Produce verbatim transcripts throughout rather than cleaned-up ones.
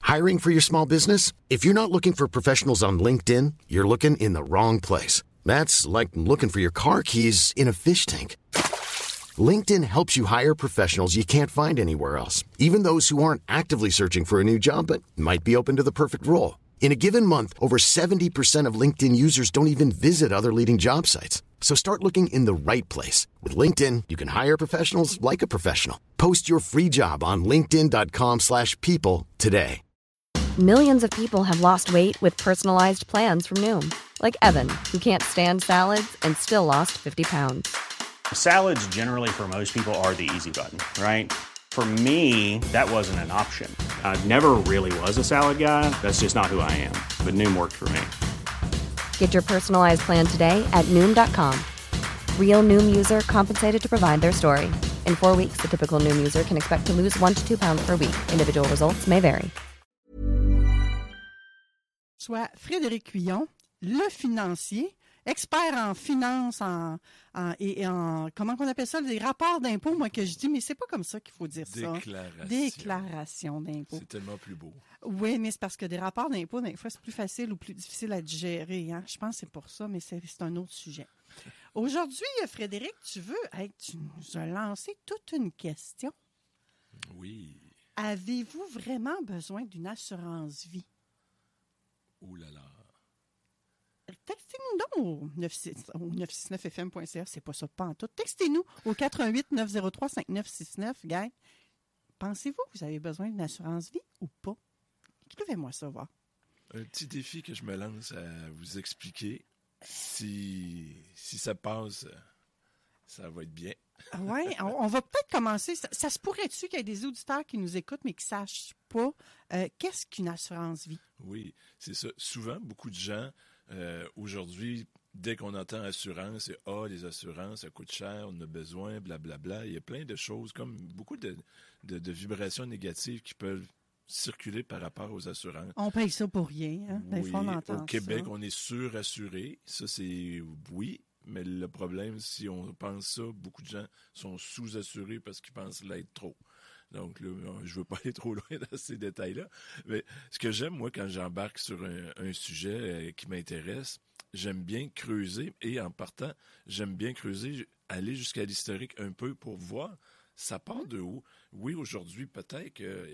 Hiring for your small business? If you're not looking for professionals on LinkedIn, you're looking in the wrong place. That's like looking for your car keys in a fish tank. LinkedIn helps you hire professionals you can't find anywhere else, even those who aren't actively searching for a new job but might be open to the perfect role. In a given month, over seventy percent of LinkedIn users don't even visit other leading job sites. So start looking in the right place. With LinkedIn, you can hire professionals like a professional. Post your free job on linkedin.com slash people today. Millions of people have lost weight with personalized plans from Noom. Like Evan, who can't stand salads and still lost fifty pounds. Salads generally for most people are the easy button, right? For me, that wasn't an option. I never really was a salad guy. That's just not who I am. But Noom worked for me. Get your personalized plan today at Noom dot com. Real Noom user compensated to provide their story. In four weeks, the typical Noom user can expect to lose one to two pounds per week. Individual results may vary. Soit Frédéric Cuillon, le financier, expert en finance en, en, et en, comment on appelle ça, des rapports d'impôts, moi que je dis, mais c'est pas comme ça qu'il faut dire ça. Déclaration. Déclaration d'impôts. C'est tellement plus beau. Oui, mais c'est parce que des rapports d'impôts, des fois, c'est plus facile ou plus difficile à digérer. Hein? Je pense que c'est pour ça, mais c'est, c'est un autre sujet. Aujourd'hui, Frédéric, tu veux, hey, tu nous as lancé toute une question. Oui. Avez-vous vraiment besoin d'une assurance vie? Ouh là là. Textez-nous donc au neuf cent soixante-neuf F M point C A, c'est pas ça, pas en tout. Textez-nous au quatre un huit neuf zéro trois cinq neuf six neuf, gang. Pensez-vous que vous avez besoin d'une assurance vie ou pas? Écrivez-moi ça, voir. Un petit défi que je me lance à vous expliquer. Si, si ça passe, ça va être bien. Oui, on, on va peut-être commencer. Ça, ça se pourrait-tu qu'il y ait des auditeurs qui nous écoutent mais qui ne sachent pas euh, qu'est-ce qu'une assurance vie? Oui, c'est ça. Souvent, beaucoup de gens, euh, aujourd'hui, dès qu'on entend assurance, c'est « Ah, les assurances, ça coûte cher, on en a besoin, blablabla ». Il y a plein de choses, comme beaucoup de, de, de vibrations négatives qui peuvent circuler par rapport aux assurances. On paye ça pour rien. Hein? Oui, des fois, on entend au Québec, ça. on est surassuré. Ça, c'est oui. Mais le problème, si on pense ça, beaucoup de gens sont sous-assurés parce qu'ils pensent l'être trop. Donc là, je veux pas aller trop loin dans ces détails-là. Mais ce que j'aime, moi, quand j'embarque sur un, un sujet qui m'intéresse, j'aime bien creuser. Et en partant, j'aime bien creuser, aller jusqu'à l'historique un peu pour voir ça part de où. Oui, aujourd'hui, peut-être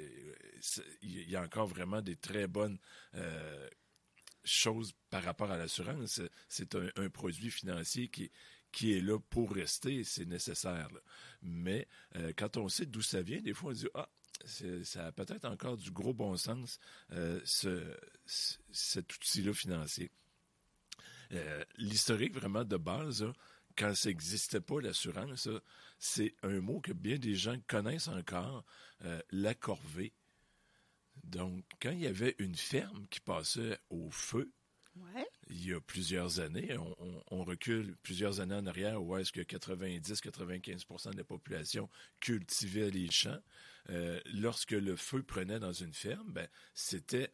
qu'il y a encore vraiment des très bonnes euh, chose par rapport à l'assurance. C'est un, un produit financier qui, qui est là pour rester, c'est nécessaire. Là. Mais euh, quand on sait d'où ça vient, des fois on dit « Ah, c'est, ça a peut-être encore du gros bon sens, euh, ce, c- cet outil-là financier. Euh, » L'historique vraiment de base, là, quand ça n'existait pas, l'assurance, là, c'est un mot que bien des gens connaissent encore, euh, la corvée. Donc, quand il y avait une ferme qui passait au feu, ouais. il y a plusieurs années, on, on, on recule plusieurs années en arrière où est-ce que quatre-vingt-dix à quatre-vingt-quinze pour cent de la population cultivait les champs. Euh, lorsque le feu prenait dans une ferme, ben, c'était,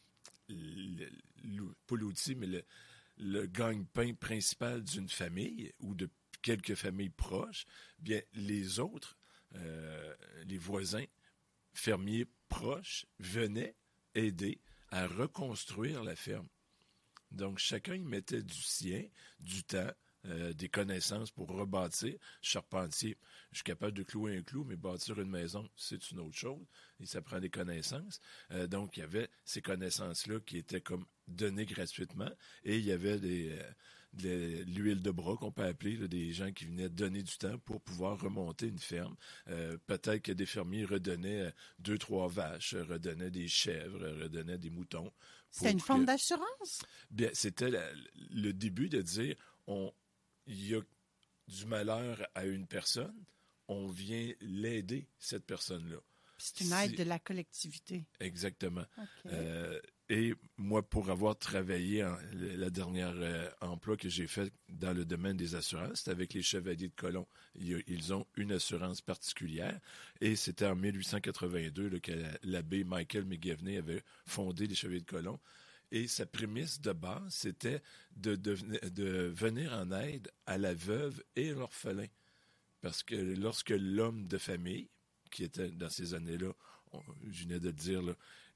le, le, pas l'outil, mais le, le gagne-pain principal d'une famille ou de quelques familles proches. Bien, les autres, euh, les voisins, fermiers proches venaient aider à reconstruire la ferme. Donc, chacun y mettait du sien, du temps, euh, des connaissances pour rebâtir. Charpentier, je suis capable de clouer un clou, mais bâtir une maison, c'est une autre chose. Et ça prend des connaissances. Euh, donc, il y avait ces connaissances-là qui étaient comme données gratuitement. Et il y avait des... Euh, de l'huile de bras qu'on peut appeler, là, des gens qui venaient donner du temps pour pouvoir remonter une ferme. Euh, peut-être que des fermiers redonnaient euh, deux, trois vaches, redonnaient des chèvres, redonnaient des moutons. C'était une que... forme d'assurance? Bien, c'était la, le début de dire, on, il y a du malheur à une personne, on vient l'aider, cette personne-là. C'est une aide si... de la collectivité. Exactement. Okay. Euh, et moi, pour avoir travaillé en, la dernière euh, emploi que j'ai fait dans le domaine des assurances, c'était avec les Chevaliers de Colomb. Ils, ils ont une assurance particulière et c'était en dix-huit cent quatre-vingt-deux là, que l'abbé Michael McGivney avait fondé les Chevaliers de Colomb. Et sa prémisse de base, c'était de, de, de venir en aide à la veuve et l'orphelin. Parce que lorsque l'homme de famille, qui était dans ces années-là, on, je venais de le dire, là,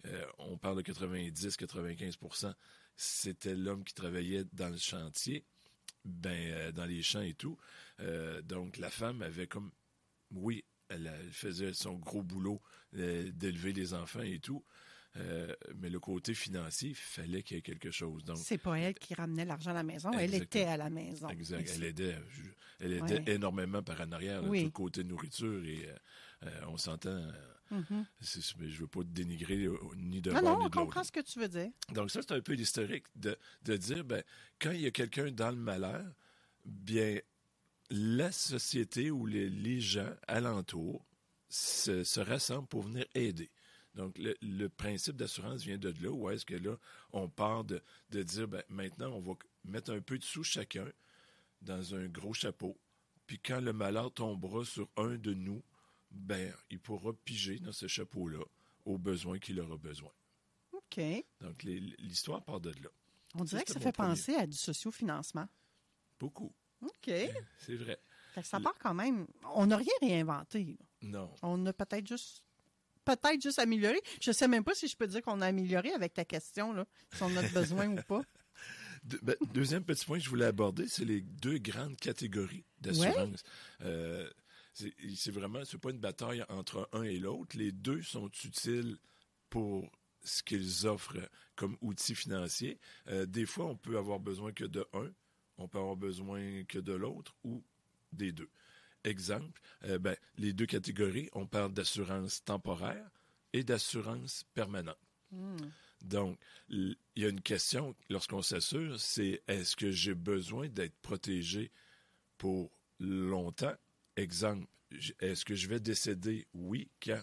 euh, on parle de quatre-vingt-dix à quatre-vingt-quinze pour cent, c'était l'homme qui travaillait dans le chantier, ben euh, dans les champs et tout. Euh, donc, la femme avait comme, oui, elle, elle faisait son gros boulot euh, d'élever les enfants et tout, euh, mais le côté financier, il fallait qu'il y ait quelque chose. Donc, c'est pas elle qui ramenait l'argent à la maison, elle Exactement. était à la maison. Exact. Ici. Elle aidait, elle aidait Ouais. énormément par en arrière, là, Oui. tout le côté nourriture, et euh, euh, on s'entend, euh, Mhm. c'est- mais je veux pas te dénigrer euh, ni de Non, bord non, ni on de l'autre. comprend ce que tu veux dire. Donc ça, c'est un peu l'historique de, de dire, ben, quand il y a quelqu'un dans le malheur, bien, la société ou les, les gens alentours se, se rassemblent pour venir aider. Donc, le, le principe d'assurance vient de là, où est-ce que là, on part de, de dire, ben, maintenant, on va mettre un peu de sous chacun dans un gros chapeau, puis quand le malheur tombera sur un de nous, ben, il pourra piger dans ce chapeau-là aux besoins qu'il aura besoin. OK. Donc, les- l'histoire part de là. On dirait Ça, que ça c'était fait mon premier. penser à du sociofinancement. Beaucoup. OK. C'est vrai. Fait que ça Le- part quand même. On n'a rien réinventé. là. Non. On a peut-être juste. Peut-être juste amélioré. Je sais même pas si je peux dire qu'on a amélioré avec ta question, là, si on en a besoin ou pas. De- ben, deuxième petit point que je voulais aborder, c'est les deux grandes catégories d'assurance. Euh, c'est c'est vraiment, c'est pas une bataille entre un et l'autre. Les deux sont utiles pour ce qu'ils offrent comme outils financiers. Euh, des fois, on peut avoir besoin que de un, on peut avoir besoin que de l'autre ou des deux. Exemple, euh, ben, les deux catégories, on parle d'assurance temporaire et d'assurance permanente. Donc, l- il y a une question lorsqu'on s'assure, c'est est-ce que j'ai besoin d'être protégé pour longtemps? Exemple, j- est-ce que je vais décéder? Oui, quand?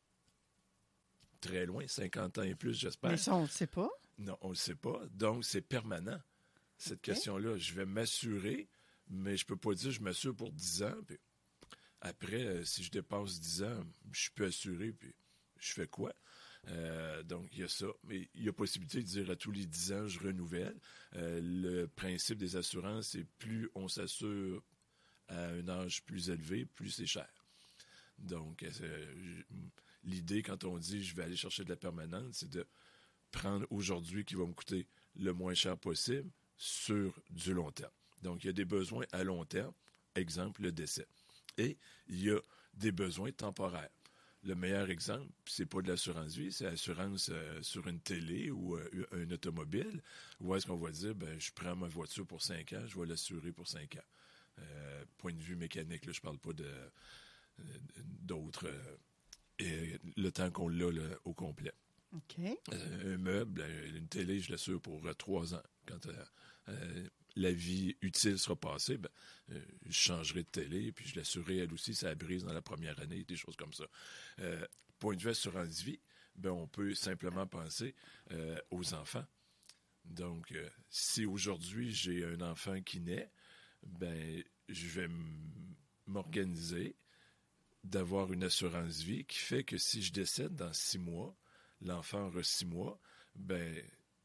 Très loin, cinquante ans et plus, j'espère. Mais ça, on ne sait pas. Non, on ne le sait pas. Donc, c'est permanent, cette OK. question-là. Je vais m'assurer, mais je peux pas dire je m'assure pour dix ans. Puis après, euh, si je dépasse dix ans, je suis plus assuré, puis je fais quoi? Euh, donc, il y a ça. Mais il y a possibilité de dire à tous les dix ans, je renouvelle. Euh, le principe des assurances, c'est plus on s'assure à un âge plus élevé, plus c'est cher. Donc, euh, je- l'idée, quand on dit je vais aller chercher de la permanente, c'est de prendre aujourd'hui qui va me coûter le moins cher possible sur du long terme. Donc, il y a des besoins à long terme, exemple le décès. Et il y a des besoins temporaires. Le meilleur exemple, c'est pas de l'assurance vie, c'est l'assurance euh, sur une télé ou euh, un automobile, où est-ce qu'on va dire, ben, je prends ma voiture pour cinq ans, je vais l'assurer pour cinq ans. Euh, point de vue mécanique, là, je parle pas de euh, d'autres, euh, et le temps qu'on l'a là, au complet. OK. Euh, un meuble, euh, une télé, je l'assure pour euh, trois ans. Quand euh, euh, la vie utile sera passée, ben, euh, je changerai de télé, puis je l'assurerai elle aussi, ça brise dans la première année, des choses comme ça. Euh, point de vue assurance vie, ben, on peut simplement penser euh, aux enfants. Donc, euh, si aujourd'hui j'ai un enfant qui naît, ben, je vais m- m'organiser d'avoir une assurance vie qui fait que si je décède dans six mois, l'enfant aura six mois, ben,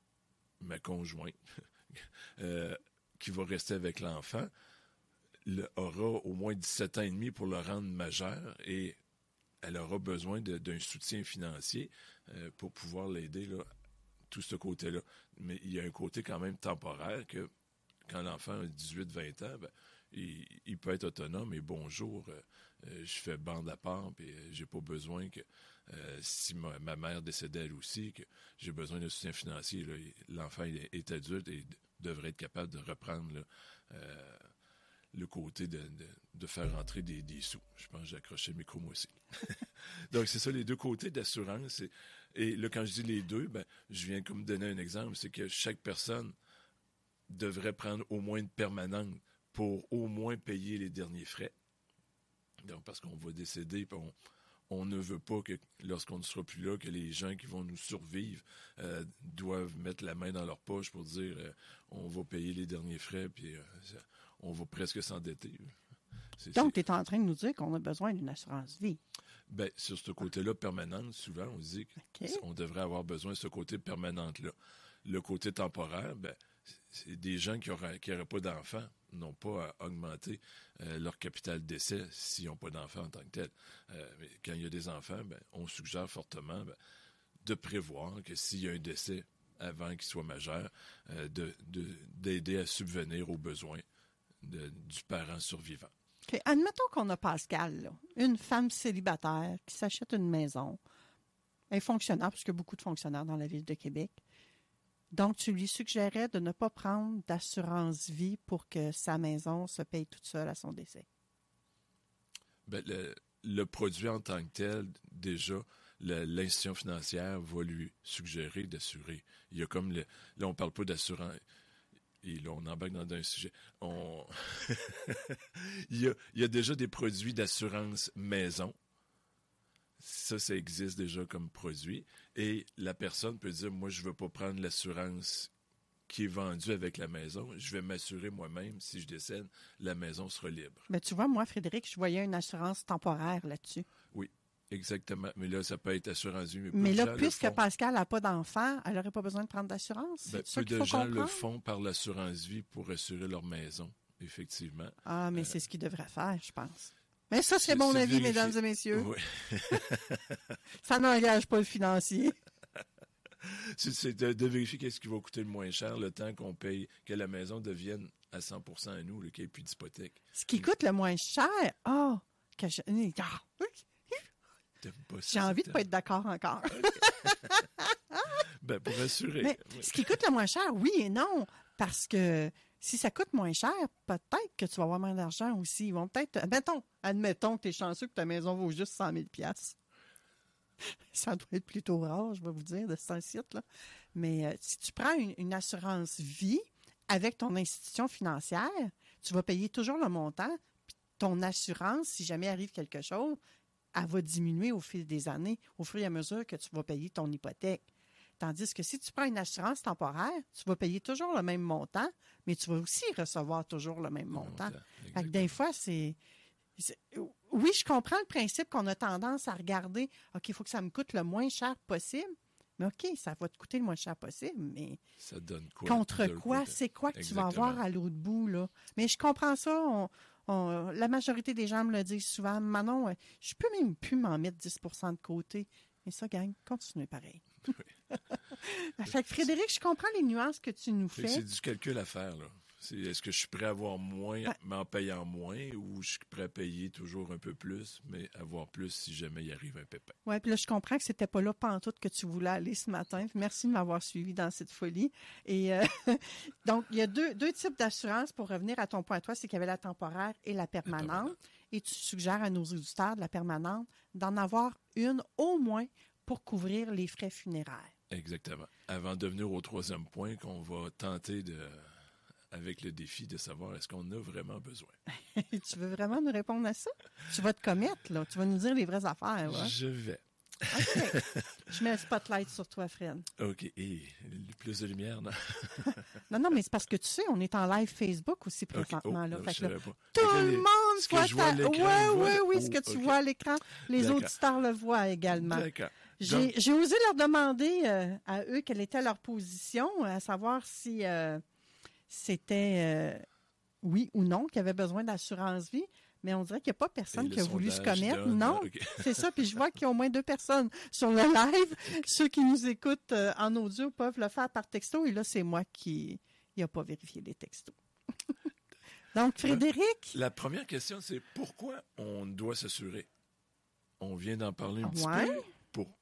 ma conjointe euh, qui va rester avec l'enfant le- aura au moins dix-sept ans et demi pour le rendre majeur et elle aura besoin de- d'un soutien financier euh, pour pouvoir l'aider, là, tout ce côté-là. Mais il y a un côté quand même temporaire que quand l'enfant a dix-huit vingt ans, ben, il, il peut être autonome et bonjour, euh, euh, je fais bande à part, puis euh, j'ai pas besoin que, euh, si ma, ma mère décédait elle aussi, que j'ai besoin de soutien financier. Là, l'enfant il est, est adulte et d- devrait être capable de reprendre là, euh, le côté de, de, de faire rentrer des, des sous. Je pense que j'ai accroché le micro moi aussi. Donc, c'est ça, les deux côtés d'assurance. Et, et là, quand je dis les deux, ben, je viens comme donner un exemple, c'est que chaque personne devrait prendre au moins une permanente pour au moins payer les derniers frais. Donc, parce qu'on va décéder, puis on, on ne veut pas que, lorsqu'on ne sera plus là, que les gens qui vont nous survivre euh, doivent mettre la main dans leur poche pour dire euh, on va payer les derniers frais, puis euh, ça, on va presque s'endetter. C'est, Donc, c'est- tu es en train de nous dire qu'on a besoin d'une assurance vie. ben, sur ce côté-là, permanente, souvent, on dit OK. qu'on devrait avoir besoin de ce côté permanente-là. Le côté temporaire, ben, c'est des gens qui n'auraient qui auraient pas d'enfants, n'ont pas à augmenter euh, leur capital d'essai s'ils n'ont pas d'enfants en tant que tel. Euh, mais quand il y a des enfants, ben, on suggère fortement ben, de prévoir que s'il y a un décès avant qu'il soit majeur, euh, de, de, d'aider à subvenir aux besoins de, du parent survivant. Okay. Admettons qu'on a Pascal, là, une femme célibataire qui s'achète une maison. Elle est fonctionnaire, parce qu'il y a beaucoup de fonctionnaires dans la ville de Québec. Donc, tu lui suggérais de ne pas prendre d'assurance vie pour que sa maison se paye toute seule à son décès. Ben, le, le produit en tant que tel, déjà, le, l'institution financière va lui suggérer d'assurer. Il y a comme le, là, on ne parle pas d'assurance. Et là, on embarque dans un sujet. On... il, y a, il y a déjà des produits d'assurance maison. Ça, ça existe déjà comme produit. Et la personne peut dire, moi, je ne veux pas prendre l'assurance qui est vendue avec la maison. Je vais m'assurer moi-même, si je décède, la maison sera libre. Mais tu vois, moi, Frédéric, je voyais une assurance temporaire là-dessus. Oui, exactement. Mais là, ça peut être assurance vie. Mais, mais là, gens puisque Pascal n'a pas d'enfant, elle n'aurait pas besoin de prendre d'assurance. Ben, C'est peu ça de qu'il faut gens comprendre? le font par l'assurance vie pour assurer leur maison, effectivement. Ah, mais Euh, c'est ce qu'ils devraient faire, je pense. Mais ça, c'est, c'est mon c'est avis, vérifié. mesdames et messieurs. Oui. Ça n'engage pas le financier. c'est c'est de, de vérifier qu'est-ce qui va coûter le moins cher le temps qu'on paye, que la maison devienne à cent pour cent à nous, là, qu'il n'y ait plus d'hypothèque. Ce qui coûte le moins cher, ah, que je- ah, T'aimes pas ça, j'ai envie de c'est ne pas être d'accord encore. Ben, pour assurer. Mais Oui. ce qui coûte le moins cher, oui et non, parce que si ça coûte moins cher, peut-être que tu vas avoir moins d'argent aussi. Ils vont peut-être, admettons, admettons que tu es chanceux que ta maison vaut juste cent mille dollars. Ça doit être plutôt rare, je vais vous dire, de ce site-là. Mais euh, si tu prends une, une assurance vie avec ton institution financière, tu vas payer toujours le montant. Puis ton assurance, si jamais arrive quelque chose, elle va diminuer au fil des années, au fur et à mesure que tu vas payer ton hypothèque. Tandis que si tu prends une assurance temporaire, tu vas payer toujours le même montant, mais tu vas aussi recevoir toujours le même montant. Fait que des fois, c'est, c'est... Oui, je comprends le principe qu'on a tendance à regarder, OK, il faut que ça me coûte le moins cher possible, mais OK, ça va te coûter le moins cher possible, mais Ça donne quoi? contre de quoi? l'autre côté? C'est quoi que Exactement. tu vas avoir à l'autre bout, là? Mais je comprends ça. On, on- la majorité des gens me le disent souvent. Manon, euh, je peux même plus m'en mettre dix pour cent de côté. Mais ça, gang, continuez pareil. Fait que Frédéric, je comprends les nuances que tu nous Fait que fais. c'est du calcul à faire, là. C'est, est-ce que je suis prêt à avoir moins, Ben- mais en payant moins, ou je suis prêt à payer toujours un peu plus, mais avoir plus si jamais il arrive un pépin? Oui, puis là, je comprends que c'était pas là pantoute que tu voulais aller ce matin. Merci de m'avoir suivi dans cette folie. Et euh, donc, il y a deux, deux types d'assurance pour revenir à ton point à toi, c'est qu'il y avait la temporaire et la permanente. permanente. Et tu suggères à nos auditeurs de la permanente d'en avoir une au moins pour couvrir les frais funéraires. Exactement. Avant de venir au troisième point, qu'on va tenter de, avec le défi de savoir est-ce qu'on a vraiment besoin. Tu veux vraiment nous répondre à ça? Tu vas te commettre, là. Tu vas nous dire les vraies affaires, là. Je vais. OK. Je mets le spotlight sur toi, Fred. OK. Et plus de lumière, non? Non, non, mais c'est parce que tu sais, on est en live Facebook aussi OK. présentement. Oh, là. non, Fait je que là, savais pas. tout Fait que le les- monde ce que voit je vois à ta... l'écran, Oui, ils oui, voient- oui, ce que Oh, tu OK. vois à l'écran. Les D'accord. auditeurs le voient également. D'accord. J'ai, Donc, j'ai osé leur demander euh, à eux quelle était leur position, à savoir si euh, c'était euh, oui ou non qu'il y avait besoin d'assurance vie. Mais on dirait qu'il n'y a pas personne Et le qui a voulu se sondage commettre. donne, Non, OK. c'est ça. Puis je vois qu'il y a au moins deux personnes sur le live. Ceux qui nous écoutent euh, en audio peuvent le faire par texto. Et là, c'est moi qui n'ai pas vérifié les textos. Donc, Frédéric, la première question, c'est pourquoi on doit s'assurer? On vient d'en parler un petit Ouais. peu pour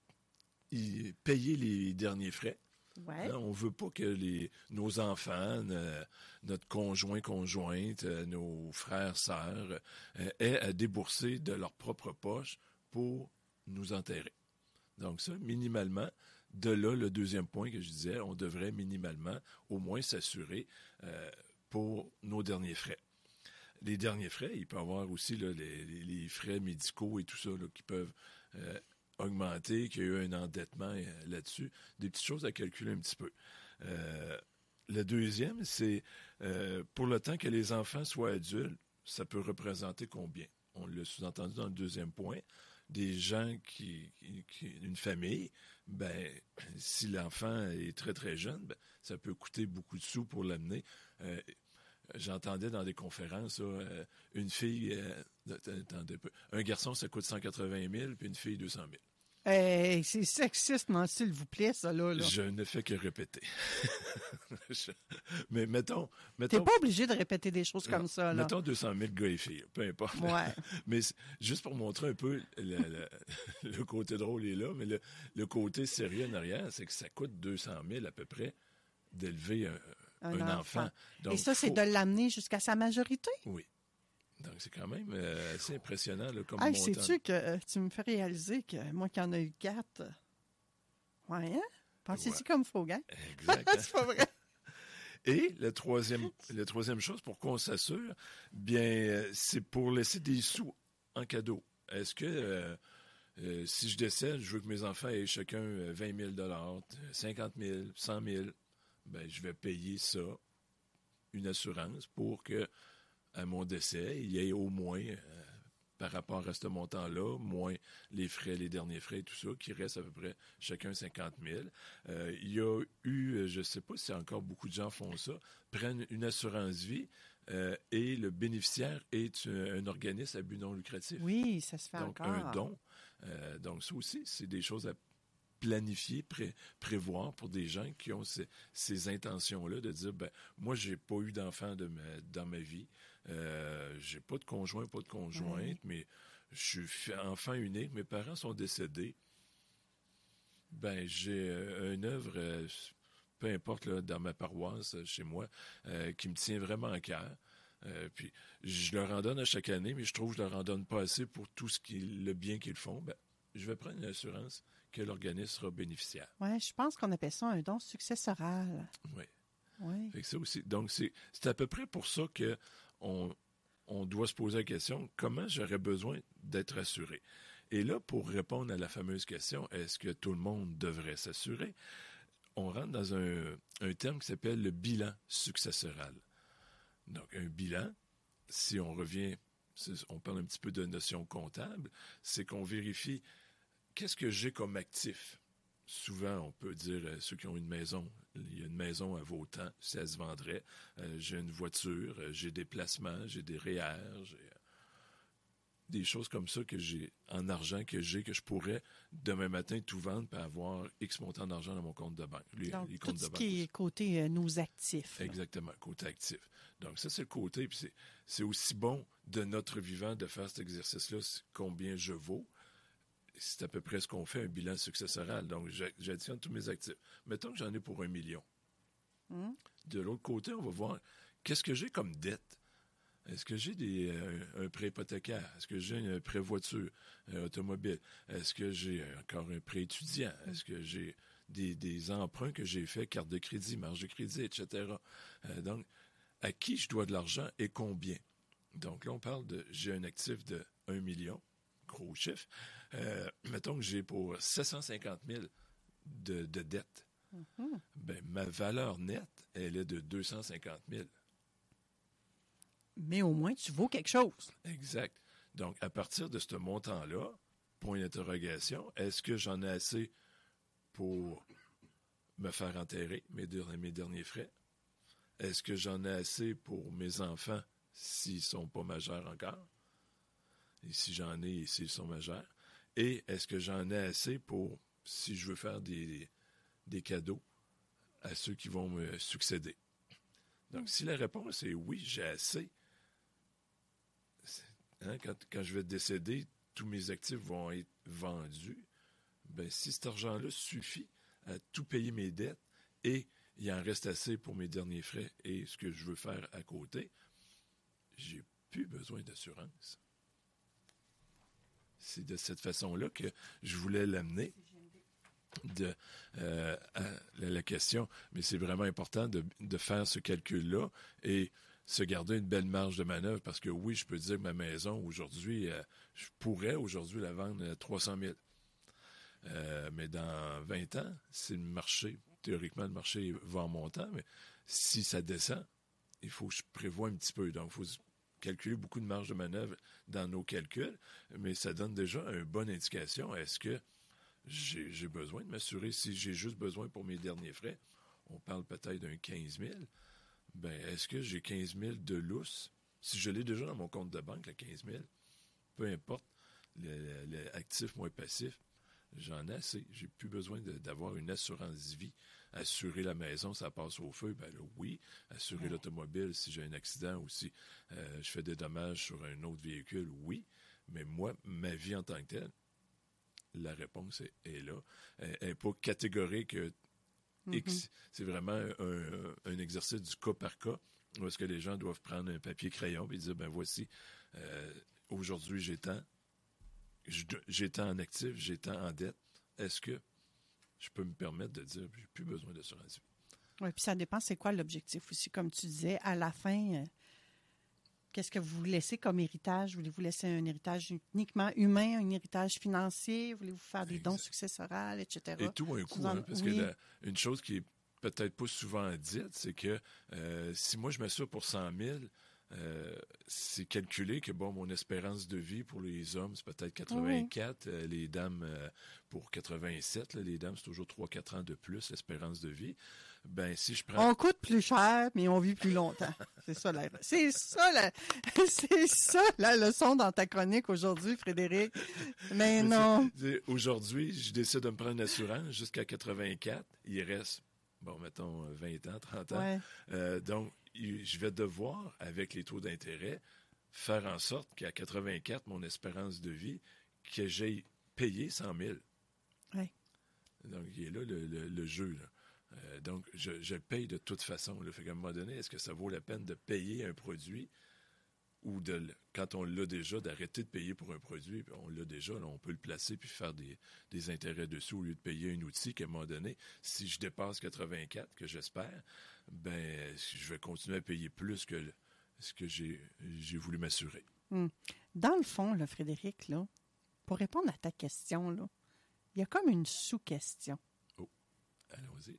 y payer les derniers frais. ouais. Hein, on ne veut pas que les, nos enfants, ne- notre conjoint, conjointe, euh, nos frères, sœurs euh, aient à débourser de leur propre poche pour nous enterrer. Donc ça, minimalement, de là, le deuxième point que je disais, on devrait minimalement au moins s'assurer euh, pour nos derniers frais. Les derniers frais, il peut y avoir aussi là, les, les- les frais médicaux et tout ça là, qui peuvent euh, augmenter, qu'il y a eu un endettement euh, là-dessus. Des petites choses à calculer un petit peu. Euh, le deuxième, c'est euh, pour le temps que les enfants soient adultes, ça peut représenter combien? On l'a sous-entendu dans le deuxième point. Des gens qui, qui, qui une famille, ben, si l'enfant est très très jeune, ben, ça peut coûter beaucoup de sous pour l'amener. Euh, J'entendais dans des conférences, là, euh, une fille, euh, attendez un peu, un garçon, ça coûte cent quatre-vingt mille, puis une fille, deux cent mille. Hey, c'est sexiste, non, s'il vous plaît, ça, là. là. Je ne fais que répéter. Je- Mais mettons... T'es mettons pas obligé de répéter des choses comme ça, là. Mettons deux cent mille gars et filles, peu importe. Ouais. Mais c'est- juste pour montrer un peu le, le- le côté drôle est là, mais le, le côté sérieux en arrière, c'est que ça coûte deux cent mille à peu près d'élever un, Un un enfant. enfant. Donc, Et ça, c'est faut- de l'amener jusqu'à sa majorité. Oui. Donc, c'est quand même euh, assez impressionnant là, comme Hey, montant. sais-tu que euh, tu me fais réaliser que moi qui en ai eu quatre. euh, Ouais, hein? Pensez-y Ouais. comme faux, gars. Exact. hein? C'est pas vrai. Et le troisième, la troisième chose pour qu'on s'assure, bien, euh, c'est pour laisser des sous en cadeau. Est-ce que euh, euh, si je décède, je veux que mes enfants aient chacun euh, vingt mille dollars, cinquante mille, cent mille, ben, je vais payer ça, une assurance, pour que à mon décès, il y ait au moins, euh, par rapport à ce montant-là, moins les frais, les derniers frais et tout ça, qui reste à peu près chacun cinquante mille. Euh, il y a eu, euh, je ne sais pas si encore beaucoup de gens font ça, prennent une assurance vie euh, et le bénéficiaire est un, un organisme à but non lucratif. Oui, ça se fait Donc, encore. un don. Euh, donc, ça aussi, c'est des choses à planifier, pré- prévoir pour des gens qui ont ces, ces intentions-là de dire, ben, moi, j'ai pas eu d'enfant de ma- dans ma vie. Euh, j'ai pas de conjoint, pas de conjointe, Ouais. mais je suis fi- enfant unique. Mes parents sont décédés. Ben, j'ai euh, une œuvre, euh, peu importe, là, dans ma paroisse, euh, chez moi, euh, qui me tient vraiment à cœur. Euh, puis, je leur en donne à chaque année, mais je trouve que je leur en donne pas assez pour tout ce qui, le bien qu'ils font. Ben, je vais prendre une assurance que l'organisme sera bénéficiaire. Ouais, je pense qu'on appelle ça un don successoral. Oui. Oui. Fait que ça aussi. Donc, c'est, c'est à peu près pour ça que on, on doit se poser la question, comment j'aurais besoin d'être assuré? Et là, pour répondre à la fameuse question, est-ce que tout le monde devrait s'assurer? On rentre dans un, un terme qui s'appelle le bilan successoral. Donc, un bilan, si on revient, c'est- on parle un petit peu de notion comptable, c'est qu'on vérifie qu'est-ce que j'ai comme actif. Souvent, on peut dire, euh, ceux qui ont une maison, il y a une maison à vaut tant, si elle se vendrait. Euh, j'ai une voiture, euh, j'ai des placements, j'ai des R E E R, j'ai euh, des choses comme ça que j'ai en argent que j'ai, que je pourrais demain matin tout vendre et avoir X montant d'argent dans mon compte de banque. Les, Donc, les tout comptes de ce banque qui aussi. est côté euh, nos actifs. là. Exactement, côté actif. Donc, ça, c'est le côté. Puis c'est, c'est aussi bon de notre vivant de faire cet exercice-là, c'est combien je vaux. C'est à peu près ce qu'on fait, un bilan successoral. Donc, j'a- j'additionne tous mes actifs. Mettons que j'en ai pour un million. Hum. De l'autre côté, on va voir qu'est-ce que j'ai comme dette. Est-ce que j'ai des, euh, un prêt hypothécaire? Est-ce que j'ai un prêt voiture, euh, automobile? Est-ce que j'ai encore un prêt étudiant? Est-ce que j'ai des, des emprunts que j'ai faits, carte de crédit, marge de crédit, et cetera. Euh, donc, à qui je dois de l'argent et combien? Donc là, on parle de, j'ai un actif de un million, gros chiffre. Euh, mettons que j'ai pour sept cent cinquante mille de, de dette. Mhm. Ben, ma valeur nette, elle est de deux cent cinquante mille. Mais au moins, tu vaux quelque chose. Exact. Donc, à partir de ce montant-là, point d'interrogation, est-ce que j'en ai assez pour me faire enterrer, mes, der- mes derniers frais? Est-ce que j'en ai assez pour mes enfants s'ils ne sont pas majeurs encore? Et si j'en ai et s'ils sont majeurs? Et est-ce que j'en ai assez pour, si je veux faire des, des cadeaux à ceux qui vont me succéder? Donc, si la réponse est oui, j'ai assez, Hein, quand, quand je vais décéder, tous mes actifs vont être vendus. Ben, si cet argent-là suffit à tout payer mes dettes et il en reste assez pour mes derniers frais et ce que je veux faire à côté, j'ai plus besoin d'assurance. C'est de cette façon-là que je voulais l'amener de, euh, à la, la question. Mais c'est vraiment important de, de faire ce calcul-là et se garder une belle marge de manœuvre parce que oui, je peux dire que ma maison, aujourd'hui, euh, je pourrais aujourd'hui la vendre à trois cent mille. Euh, mais dans vingt ans, si le marché, théoriquement, le marché va en montant, mais si ça descend, il faut que je prévoie un petit peu. Donc, il faut calculer beaucoup de marge de manœuvre dans nos calculs, mais ça donne déjà une bonne indication. Est-ce que j'ai, j'ai besoin de m'assurer si j'ai juste besoin pour mes derniers frais? On parle peut-être d'un quinze mille. Ben, est-ce que j'ai quinze mille de lousse? Si je l'ai déjà dans mon compte de banque, le quinze mille, peu importe l'actif moins passif, J'en ai assez. J'ai plus besoin de, d'avoir une assurance vie. Assurer la maison, ça passe au feu, ben là, oui. Assurer ouais. l'automobile, si j'ai un accident ou si euh, je fais des dommages sur un autre véhicule, oui. Mais moi, ma vie en tant que telle, la réponse est, est là. Elle n'est pas catégorique. Mm-hmm. X. C'est vraiment un, un exercice du cas par cas, où est-ce que les gens doivent prendre un papier-crayon et dire, ben voici, euh, aujourd'hui, j'ai tant, j'ai tant en actif, j'ai tant en dette. Est-ce que je peux me permettre de dire, j'ai plus besoin d'assurance vie? Oui, puis ça dépend, c'est quoi l'objectif aussi. Comme tu disais, à la fin, euh, qu'est-ce que vous laissez comme héritage? Voulez-vous laisser un héritage uniquement humain, un héritage financier? Voulez-vous faire des dons successoraux, et cetera? Et tout un coup, en... hein, parce oui. que la, une chose qui est peut-être pas souvent dite, c'est que euh, si moi je m'assure pour cent mille, Euh, c'est calculé que, bon, mon espérance de vie pour les hommes, c'est peut-être quatre-vingt-quatre, oui. euh, les dames euh, pour quatre-vingt-sept, là, les dames, c'est toujours trois à quatre ans de plus, l'espérance de vie. Ben, si je prends... On coûte plus cher, mais on vit plus longtemps. C'est ça, la... c'est ça, la... c'est ça la leçon dans ta chronique aujourd'hui, Frédéric. Mais non. C'est, c'est, aujourd'hui, je décide de me prendre une assurance jusqu'à quatre-vingt-quatre. Il reste, bon, mettons, vingt ans, trente ans. Ouais. Euh, donc, je vais devoir, avec les taux d'intérêt, faire en sorte qu'à quatre-vingt-quatre, mon espérance de vie, que j'aille payé cent mille. Oui. Donc, il est là le, le, le jeu. Là. Euh, donc, je, je paye de toute façon. Là. Fait qu'à un moment donné, est-ce que ça vaut la peine de payer un produit ou, de, quand on l'a déjà, d'arrêter de payer pour un produit? On l'a déjà, là, on peut le placer puis faire des, des intérêts dessus au lieu de payer un outil qu'à un moment donné, si je dépasse quatre-vingt-quatre, que j'espère, ben, je vais continuer à payer plus que ce que j'ai, j'ai voulu m'assurer. Hum. Dans le fond, là, Frédéric, là, pour répondre à ta question, là, il y a comme une sous-question. Oh, allons-y.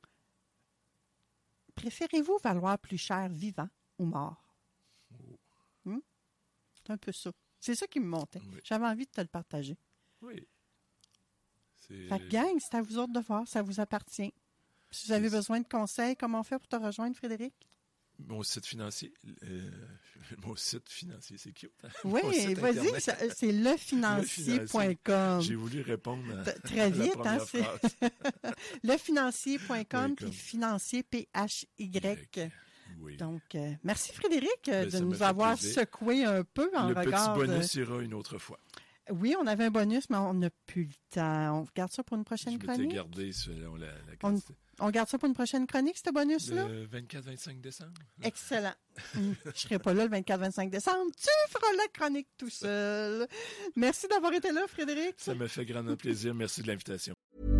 Préférez-vous valoir plus cher vivant ou mort? Oh. Hum? C'est un peu ça. C'est ça qui me montait. Oui. J'avais envie de te le partager. Oui. C'est... Fait que gang, c'est à vous autres de voir, ça vous appartient. Si vous avez c'est... besoin de conseils, comment on fait pour te rejoindre, Frédéric? Mon site financier, euh, mon site financier, c'est cute. Hein? Oui, vas-y, ça, c'est lefinancier point com. J'ai voulu répondre à, très vite, à la hein, c'est lefinancier point com puis financier P H Y. Oui. Donc, euh, merci Frédéric ben, de nous avoir plaisir. secoué un peu en le regard. Le petit bonus de... ira une autre fois. Oui, on avait un bonus, mais on n'a plus le temps. On garde ça pour une prochaine Je chronique. Gardé selon la, la on, on garde ça pour une prochaine chronique, ce bonus-là? Le vingt-quatre vingt-cinq décembre. Excellent. Je ne serai pas là le vingt-quatre vingt-cinq décembre. Tu feras la chronique tout seul. Merci d'avoir été là, Frédéric. Ça me fait grandement plaisir. Merci de l'invitation.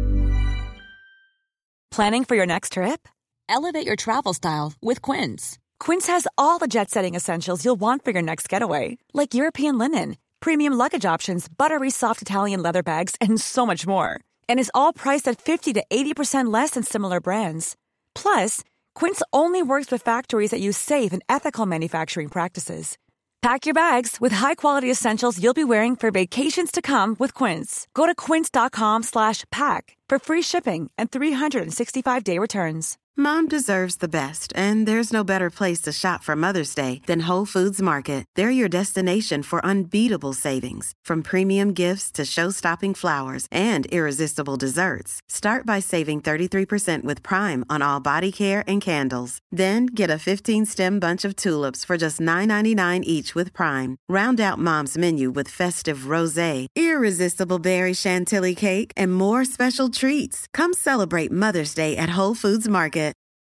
Planning for your next trip? Elevate your travel style with Quince. Quince has all the jet-setting essentials you'll want for your next getaway, like European linen, premium luggage options, buttery soft Italian leather bags, and so much more. And is all priced at fifty to eighty percent less than similar brands. Plus, Quince only works with factories that use safe and ethical manufacturing practices. Pack your bags with high-quality essentials you'll be wearing for vacations to come with Quince. Go to quince.com slash pack for free shipping and three sixty-five day returns. Mom deserves the best, and there's no better place to shop for Mother's Day than Whole Foods Market. They're your destination for unbeatable savings, from premium gifts to show-stopping flowers and irresistible desserts. Start by saving thirty-three percent with Prime on all body care and candles. Then get a fifteen-stem bunch of tulips for just nine ninety-nine each with Prime. Round out Mom's menu with festive rosé, irresistible berry chantilly cake, and more special treats. Come celebrate Mother's Day at Whole Foods Market.